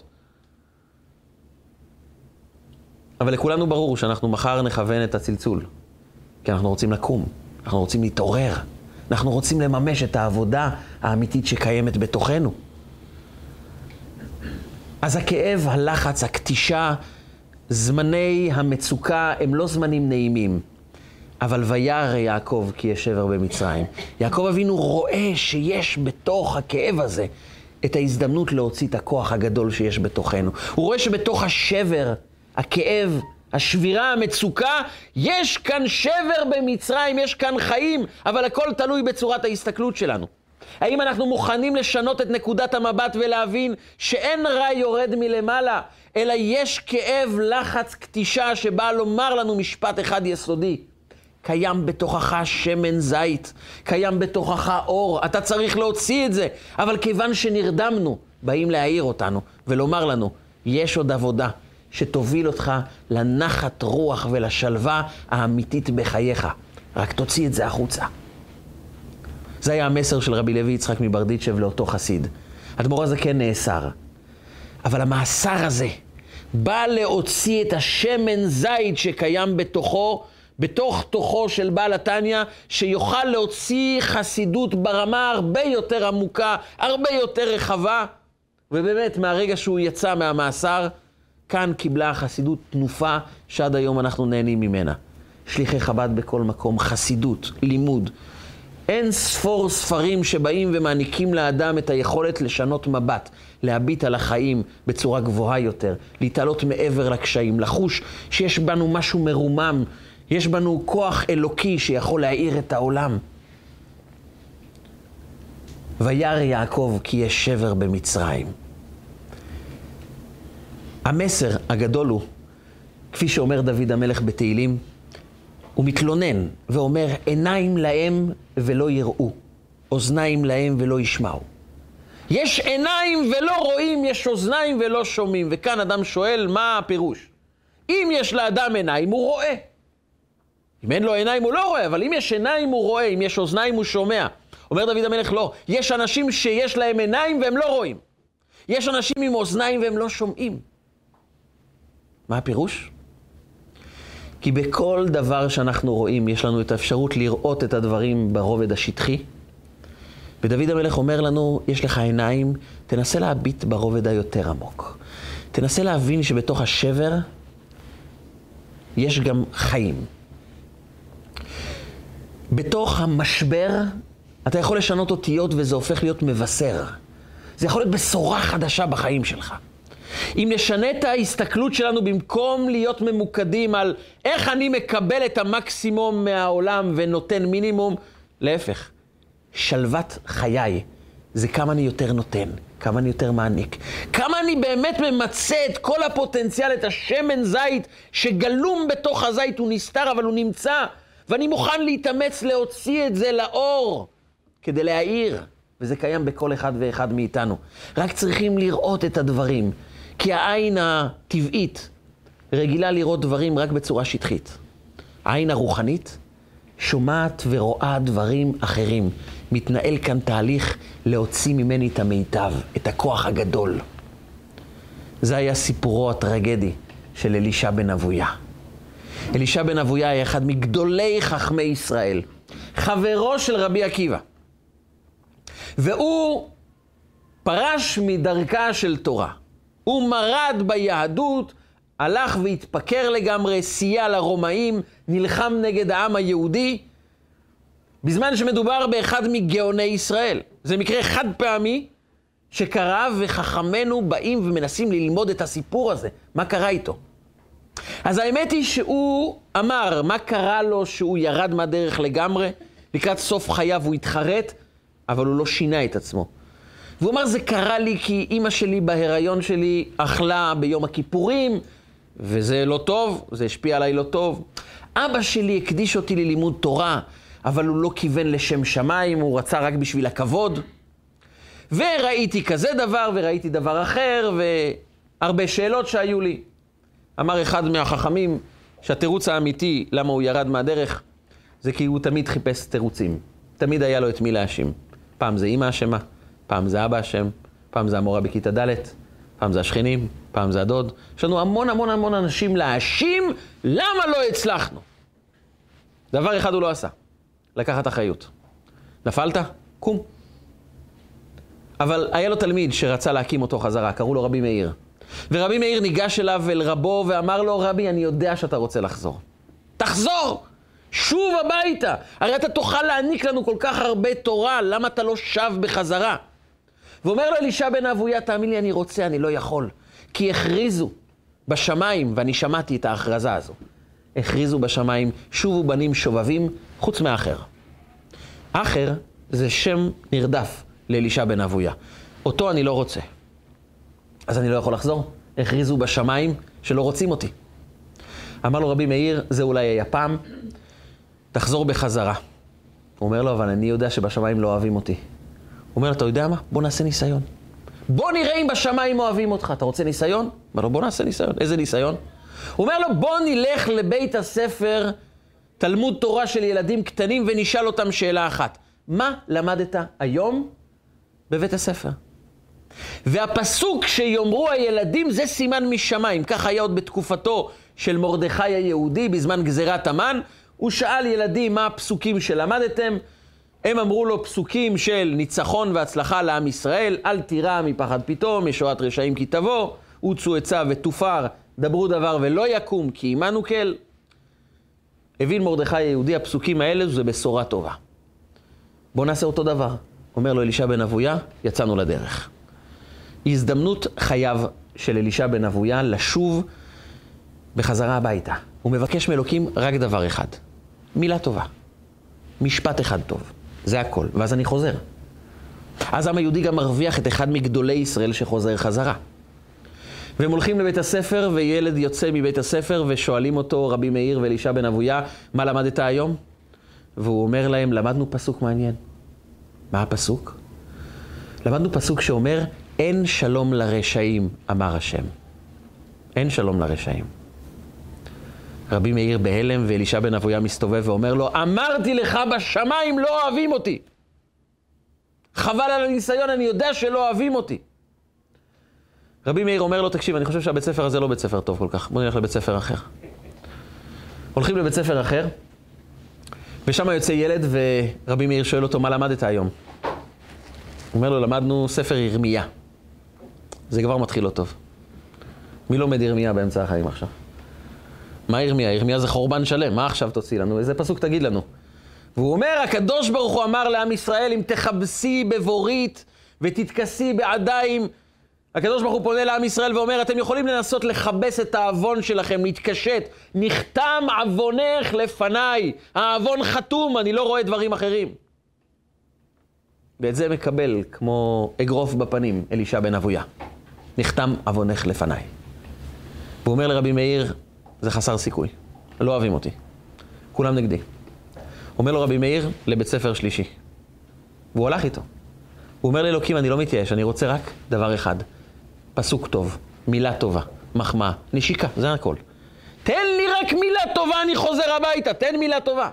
אבל לכולנו ברור שאנחנו מחר נכוון את הצלצול. כי אנחנו רוצים לקום, אנחנו רוצים להתעורר, אנחנו רוצים לממש את העבודה האמיתית שקיימת בתוכנו. אז הכאב, הלחץ, הקטישה, זמני המצוקה הם לא זמנים נעימים. אבל וירא יעקב כי יש שבר במצרים. יעקב אבינו רואה שיש בתוך הכאב הזה את ההזדמנות להוציא את הכוח הגדול שיש בתוכנו. הוא רואה שבתוך השבר, הכאב, השבירה, המצוקה, יש כאן שבר במצרים, יש כאן חיים, אבל הכל תלוי בצורת ההסתכלות שלנו. האם אנחנו מוכנים לשנות את נקודת המבט ולהבין שאין רע יורד מלמעלה, אלא יש כאב, לחץ, קטישה שבא לומר לנו משפט אחד יסודי. קיים בתוכך שמן זית, קיים בתוכך אור, אתה צריך להוציא את זה. אבל כיוון שנרדמנו, באים להעיר אותנו ולומר לנו, יש עוד עבודה שתוביל אותך לנחת רוח ולשלווה האמיתית בחייך. רק תוציא את זה החוצה. זה היה המסר של רבי לוי יצחק מברדיצ'ב לאותו חסיד. האדמו"ר הזה כן נאסר. אבל המאסר הזה בא להוציא את השמן זית שקיים בתוכו, בתוך תוכו של בעל התניא, שיוכל להוציא חסידות ברמה הרבה יותר עמוקה, הרבה יותר רחבה. ובאמת, מהרגע שהוא יצא מהמאסר, כאן קיבלה החסידות תנופה שעד היום אנחנו נהנים ממנה. שליחי חב"ד בכל מקום, חסידות, לימוד. אין ספור ספרים שבאים ומעניקים לאדם את היכולת לשנות מבט, להביט על החיים בצורה גבוהה יותר, להתעלות מעבר לקשיים, לחוש שיש בנו משהו מרומם, יש בנו כוח אלוקי שיכול להאיר את העולם. וירא יעקב כי יש שבר במצרים. המסר הגדול הוא, כפי שאומר דוד המלך בתהילים, הוא מתלונן ואומר, עיניים להם ולא יראו, אוזניים להם ולא ישמעו. יש עיניים ולא רואים, יש אוזניים ולא שומעים. וכאן אדם שואל, מה הפירוש? אם יש לאדם עיניים, הוא רואה. אם אין לו עיניים, הוא לא רואה, אבל אם יש עיניים, הוא רואה. אם יש אוזניים, הוא שומע. אומר דוד המלך, לא. יש אנשים שיש להם עיניים והם לא רואים. יש אנשים עם אוזניים והם לא שומעים. מה הפירוש? כי בכל דבר שאנחנו רואים, יש לנו את האפשרות לראות את הדברים ברובד השטחי. ודוד המלך אומר לנו, יש לך עיניים, תנסה להביט ברובד היותר עמוק. תנסה להבין שבתוך השבר יש גם חיים. בתוך המשבר אתה יכול לשנות אותיות וזה הופך להיות מבשר. זה יכול להיות בשורה חדשה בחיים שלך. אם נשנה את ההסתכלות שלנו במקום להיות ממוקדים על איך אני מקבל את המקסימום מהעולם ונותן מינימום, להפך, שלוות חיי זה כמה אני יותר נותן, כמה אני יותר מעניק, כמה אני באמת ממצא את כל הפוטנציאל, את השמן זית שגלום בתוך הזית, הוא נסתר אבל הוא נמצא, ואני מוכן להתאמץ להוציא את זה לאור כדי להאיר, וזה קיים בכל אחד ואחד מאיתנו. רק צריכים לראות את הדברים, כי העין הטבעית רגילה לראות דברים רק בצורה שטחית. העין הרוחנית שומעת ורואה דברים אחרים. מתנהל כאן תהליך להוציא ממני את המיטב, את הכוח הגדול. זה היה סיפורו הטרגדי של אלישע בן אבויה. אלישע בן אבויה היה אחד מגדולי חכמי ישראל, חברו של רבי עקיבא. והוא פרש מדרכה של תורה. הוא מרד ביהדות, הלך והתפקר לגמרי, סייע לרומאים, נלחם נגד העם היהודי, בזמן שמדובר באחד מגאוני ישראל. זה מקרה חד פעמי, שקרה וחכמנו באים ומנסים ללמוד את הסיפור הזה. מה קרה איתו? אז האמת היא שהוא אמר, מה קרה לו שהוא ירד מהדרך לגמרי? לקראת סוף חייו הוא התחרט, אבל הוא לא שינה את עצמו. והוא אמר, זה קרה לי כי אמא שלי בהיריון שלי אכלה ביום הכיפורים, וזה לא טוב, זה השפיע עליי לא טוב. אבא שלי הקדיש אותי ללימוד תורה, אבל הוא לא כיוון לשם שמיים, הוא רצה רק בשביל הכבוד. וראיתי כזה דבר וראיתי דבר אחר, והרבה שאלות שהיו לי. אמר אחד מהחכמים שהתירוץ האמיתי למה הוא ירד מהדרך, זה כי הוא תמיד חיפש תירוצים. תמיד היה לו את מי להאשים. פעם זה אמא אשמה, פעם זה אבא אשם, פעם זה המורה בכיתה ד', פעם זה השכנים, פעם זה הדוד. יש לנו המון המון המון אנשים להאשים למה לא הצלחנו. דבר אחד הוא לא עשה, לקחת אחריות. נפלת? קום. אבל היה לו תלמיד שרצה להקים אותו חזרה, קראו לו רבי מאיר. ורבי מאיר ניגש אליו אל רבו ואמר לו, רבי, אני יודע שאתה רוצה לחזור. תחזור! שוב הביתה! הרי אתה תוכל להעניק לנו כל כך הרבה תורה, למה אתה לא שב בחזרה? ואומר לו אלישע בן אבויה, תאמין לי, אני רוצה, אני לא יכול. כי הכריזו בשמיים, ואני שמעתי את ההכרזה הזו. הכריזו בשמיים, שובו בנים שובבים, חוץ מאחר. אחר זה שם נרדף לאלישע בן אבויה. אותו אני לא רוצה. אז אני לא יכול לחזור. הכריזו בשמיים שלא רוצים אותי. אמר לו רבי מאיר, זה אולי היה פעם, תחזור בחזרה. הוא אומר לו, אבל אני יודע שבשמיים לא אוהבים אותי. הוא אומר לו, אתה יודע מה? בוא נעשה ניסיון. בוא נראה אם בשמיים אוהבים אותך. אתה רוצה ניסיון? אומר לו, בוא נעשה ניסיון. איזה ניסיון? הוא אומר לו, בוא נלך לבית הספר, תלמוד תורה של ילדים קטנים, ונשאל אותם שאלה אחת. מה למדת היום בבית הספר? והפסוק שיאמרו הילדים זה סימן משמיים. כך היה עוד בתקופתו של מרדכי היהודי, בזמן גזירת המן. הוא שאל ילדים מה הפסוקים שלמדתם. הם אמרו לו פסוקים של ניצחון והצלחה לעם ישראל, אל תירא מפחד פתאום, ישועת רשעים כי תבוא, הוצאו עצה ותופר, דברו דבר ולא יקום, כי עמנו כל. הבין מרדכי היהודי, הפסוקים האלה זה בשורה טובה. בוא נעשה אותו דבר. אומר לו אלישע בן אבויה, יצאנו לדרך. הזדמנות חייו של אלישע בן אבויה לשוב בחזרה הביתה. הוא מבקש מאלוקים רק דבר אחד. מילה טובה. משפט אחד טוב. זה הכל. ואז אני חוזר. אז העם היהודי גם מרוויח את אחד מגדולי ישראל שחוזר חזרה. והם הולכים לבית הספר, וילד יוצא מבית הספר, ושואלים אותו רבי מאיר ואלישע בן אבויה, מה למדת היום? והוא אומר להם, למדנו פסוק מעניין. מה הפסוק? למדנו פסוק שאומר, אין שלום לרשעים, אמר השם. אין שלום לרשעים. רבי מאיר בהלם, ואלישע בן אבויה מסתובב ואומר לו, אמרתי לך בשמיים לא אוהבים אותי. חבל על הניסיון, אני יודע שלא אוהבים אותי. רבי מאיר אומר לו, תקשיב, אני חושב שהבית ספר הזה לא בית ספר טוב כל כך. בוא נלך לבית ספר אחר. הולכים לבית ספר אחר, ושם יוצא ילד, ורבי מאיר שואל אותו, מה למדת היום? הוא אומר לו, למדנו ספר ירמיה. זה כבר מתחיל לא טוב. מי לומד ירמיה באמצע החיים עכשיו? מה ירמיה? ירמיה זה חורבן שלם. מה עכשיו תוציא לנו? איזה פסוק תגיד לנו? והוא אומר, הקדוש ברוך הוא אמר לעם ישראל, אם תחבסי בבורית ותתכסי בעדיים, הקדוש ברוך הוא פונה לעם ישראל ואומר, אתם יכולים לנסות לחבס את האבון שלכם, להתקשט. נחתם אבונך לפניי. האבון חתום, אני לא רואה דברים אחרים. ואת זה מקבל כמו אגרוף בפנים, אלישע בן אבויה. נחתם אבונך לפניי. והוא אומר לרבי מאיר, זה חסר סיכוי. לא אוהבים אותי. כולם נגדי. אומר לו רבי מאיר לבית ספר שלישי. והוא הלך איתו. הוא אומר לאלוקים, אני לא מתייאש, אני רוצה רק דבר אחד. פסוק טוב, מילה טובה, מחמאה, נשיקה, זה הכל. תן לי רק מילה טובה, אני חוזר הביתה, תן מילה טובה.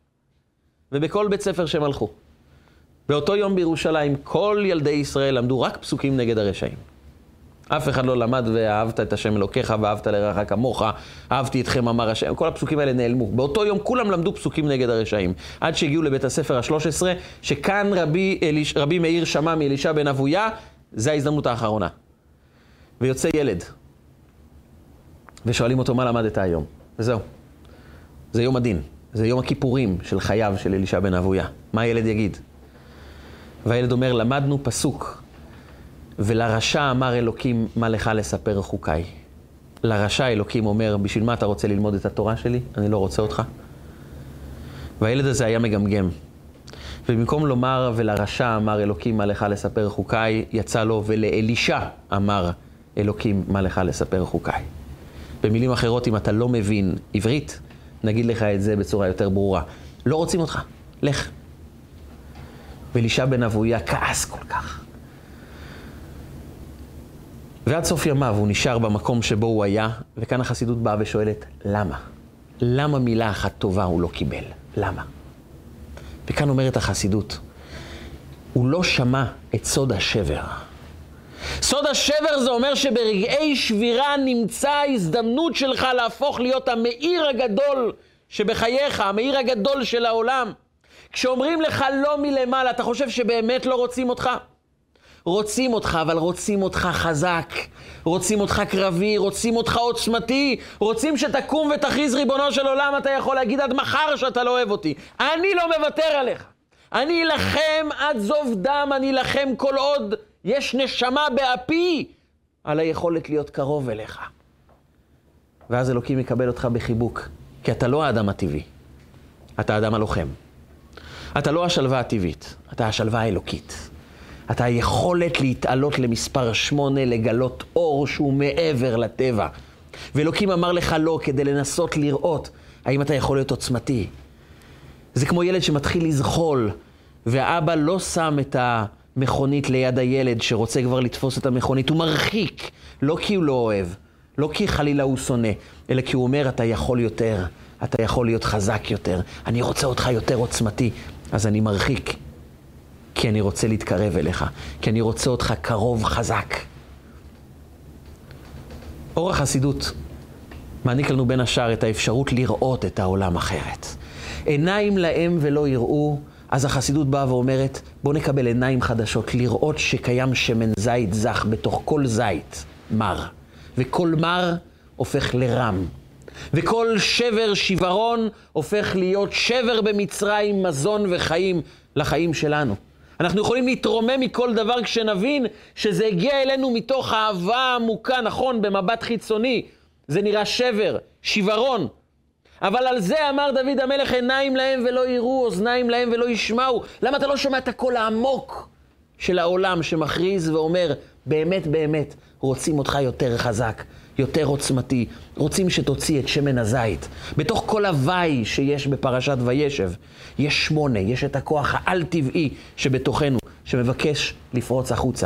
ובכל בית ספר שהם הלכו. באותו יום בירושלים, כל ילדי ישראל למדו רק פסוקים נגד הרשעים. אף אחד לא למד ואהבת את השם אלוקיך ואהבת לרעך כמוך, אהבתי אתכם אמר השם. כל הפסוקים האלה נעלמו. באותו יום כולם למדו פסוקים נגד הרשעים. עד שהגיעו לבית הספר ה-שלוש עשרה, שכאן רבי, אליש, רבי מאיר שמע מאלישע בן אבויה, זה ההזדמנות האחרונה. ויוצא ילד. ושואלים אותו מה למדת היום. וזהו. זה יום הדין. זה יום הכיפורים של חייו של אלישע בן אבויה. מה הילד יגיד? והילד אומר, למדנו פסוק. ולרשע אמר אלוקים, מה לך לספר חוקיי? לרשע אלוקים אומר, בשביל מה אתה רוצה ללמוד את התורה שלי? אני לא רוצה אותך. והילד הזה היה מגמגם. ובמקום לומר, ולרשע אמר אלוקים, מה לך לספר חוקיי, יצא לו, ולאלישע אמר אלוקים, מה לך לספר חוקיי. במילים אחרות, אם אתה לא מבין עברית, נגיד לך את זה בצורה יותר ברורה. לא רוצים אותך, לך. ואלישע בן אבויה כעס כל כך. ועד סוף ימיו הוא נשאר במקום שבו הוא היה, וכאן החסידות באה ושואלת, למה? למה מילה אחת טובה הוא לא קיבל? למה? וכאן אומרת החסידות, הוא לא שמע את סוד השבר. סוד השבר זה אומר שברגעי שבירה נמצא ההזדמנות שלך להפוך להיות המאיר הגדול שבחייך, המאיר הגדול של העולם. כשאומרים לך לא מלמעלה, אתה חושב שבאמת לא רוצים אותך? רוצים אותך, אבל רוצים אותך חזק, רוצים אותך קרבי, רוצים אותך עוצמתי, רוצים שתקום ותכריז ריבונו של עולם, אתה יכול להגיד עד מחר שאתה לא אוהב אותי. אני לא מוותר עליך. אני אלחם עד זוב דם, אני אלחם כל עוד יש נשמה באפי על היכולת להיות קרוב אליך. ואז אלוקים יקבל אותך בחיבוק, כי אתה לא האדם הטבעי, אתה האדם הלוחם. אתה לא השלווה הטבעית, אתה השלווה האלוקית. אתה היכולת להתעלות למספר שמונה, לגלות אור שהוא מעבר לטבע. ואלוקים אמר לך לא כדי לנסות לראות האם אתה יכול להיות עוצמתי. זה כמו ילד שמתחיל לזחול, והאבא לא שם את המכונית ליד הילד שרוצה כבר לתפוס את המכונית. הוא מרחיק, לא כי הוא לא אוהב, לא כי חלילה הוא שונא, אלא כי הוא אומר, אתה יכול יותר, אתה יכול להיות חזק יותר, אני רוצה אותך יותר עוצמתי, אז אני מרחיק. כי אני רוצה להתקרב אליך, כי אני רוצה אותך קרוב חזק. אור החסידות מעניק לנו בין השאר את האפשרות לראות את העולם אחרת. עיניים להם ולא יראו, אז החסידות באה ואומרת, בוא נקבל עיניים חדשות, לראות שקיים שמן זית זך בתוך כל זית מר, וכל מר הופך לרם, וכל שבר שברון הופך להיות שבר במצרים, מזון וחיים לחיים שלנו. אנחנו יכולים להתרומם מכל דבר כשנבין שזה הגיע אלינו מתוך אהבה עמוקה, נכון, במבט חיצוני. זה נראה שבר, שברון. אבל על זה אמר דוד המלך, עיניים להם ולא יראו, אוזניים להם ולא ישמעו. למה אתה לא שומע את הקול העמוק של העולם שמכריז ואומר, באמת באמת רוצים אותך יותר חזק, יותר עוצמתי, רוצים שתוציא את שמן הזית. בתוך כל הוואי שיש בפרשת וישב, יש שמונה, יש את הכוח העל-טבעי שבתוכנו, שמבקש לפרוץ החוצה.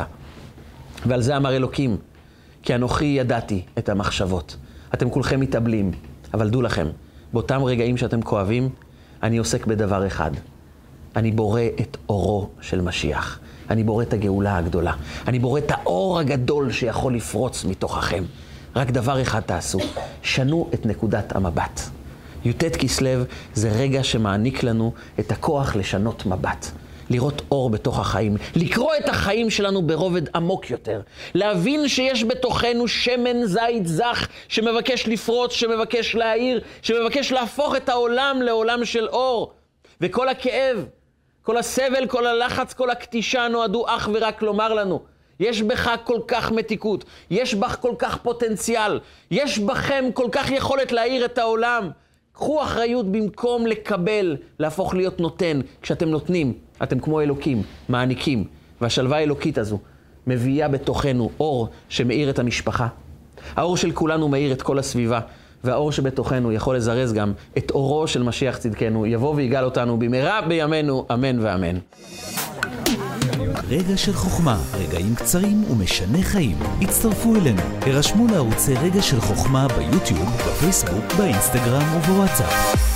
ועל זה אמר אלוקים, כי אנוכי ידעתי את המחשבות. אתם כולכם מתאבלים, אבל דעו לכם, באותם רגעים שאתם כואבים, אני עוסק בדבר אחד. אני בורא את אורו של משיח. אני בורא את הגאולה הגדולה. אני בורא את האור הגדול שיכול לפרוץ מתוככם. רק דבר אחד תעשו, שנו את נקודת המבט. י"ט כסלו זה רגע שמעניק לנו את הכוח לשנות מבט. לראות אור בתוך החיים, לקרוא את החיים שלנו ברובד עמוק יותר, להבין שיש בתוכנו שמן זית זך שמבקש לפרוץ, שמבקש להאיר, שמבקש להפוך את העולם לעולם של אור. וכל הכאב, כל הסבל, כל הלחץ, כל הקטישה נועדו אך ורק לומר לנו, יש בך כל כך מתיקות, יש בך כל כך פוטנציאל, יש בכם כל כך יכולת להאיר את העולם. קחו אחריות במקום לקבל, להפוך להיות נותן. כשאתם נותנים, אתם כמו אלוקים, מעניקים. והשלווה האלוקית הזו מביאה בתוכנו אור שמאיר את המשפחה. האור של כולנו מאיר את כל הסביבה, והאור שבתוכנו יכול לזרז גם את אורו של משיח צדקנו. יבוא ויגאל אותנו במהרה בימינו, אמן ואמן. רגע של חוכמה, רגעים קצרים ומשנה חיים. הצטרפו אלינו, הרשמו לערוצי רגע של חוכמה ביוטיוב, בפייסבוק, באינסטגרם ובוואטסאפ.